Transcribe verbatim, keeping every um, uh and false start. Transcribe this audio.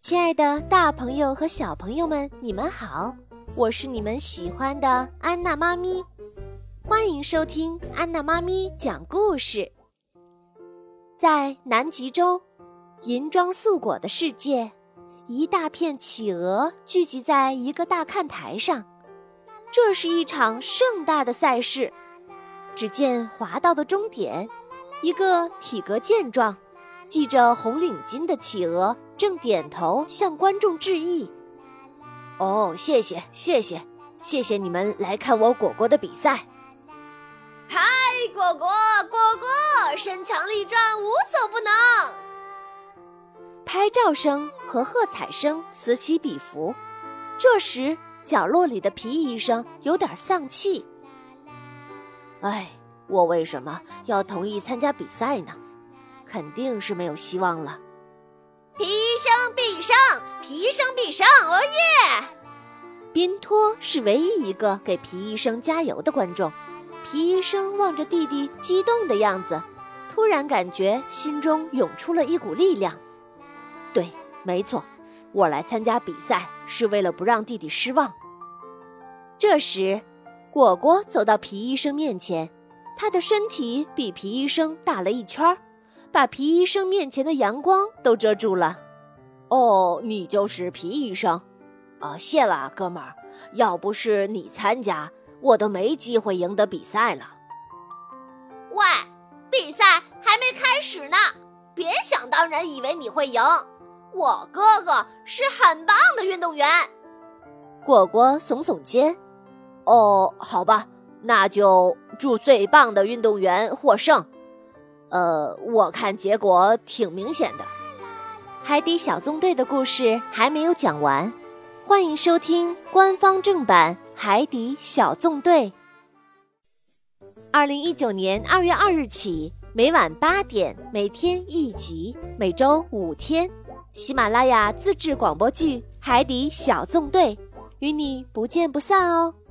亲爱的大朋友和小朋友们，你们好，我是你们喜欢的安娜妈咪，欢迎收听安娜妈咪讲故事。在南极洲，银装素裹的世界，一大片企鹅聚集在一个大看台上，这是一场盛大的赛事。只见滑道的终点，一个体格健壮、系着红领巾的企鹅正点头向观众致意。 哦，谢谢谢谢谢谢你们来看我果果的比赛。 嗨，果果果果，身强力壮，无所不能。 拍照声和喝彩声此起彼伏。这时角落里的皮医生有点丧气。 哎，我为什么要同意参加比赛呢？肯定是没有希望了。 皮医生必胜，皮医生必胜，哦耶！ 宾托是唯一一个给皮医生加油的观众。皮医生望着弟弟激动的样子，突然感觉心中涌出了一股力量。对，没错，我来参加比赛是为了不让弟弟失望。这时果果走到皮医生面前，他的身体比皮医生大了一圈，把皮医生面前的阳光都遮住了。 哦，你就是皮医生啊，谢了哥们儿，要不是你参加，我都没机会赢得比赛了。 喂，比赛还没开始呢，别想当然以为你会赢，我哥哥是很棒的运动员。 果果耸耸肩。 哦，好吧，那就祝最棒的运动员获胜。呃，我看结果挺明显的。 海底小纵队的故事还没有讲完，欢迎收听官方正版海底小纵队。二零一九年二月二日起，每晚八点，每天一集，每周五天，喜马拉雅自制广播剧《海底小纵队》，与你不见不散哦。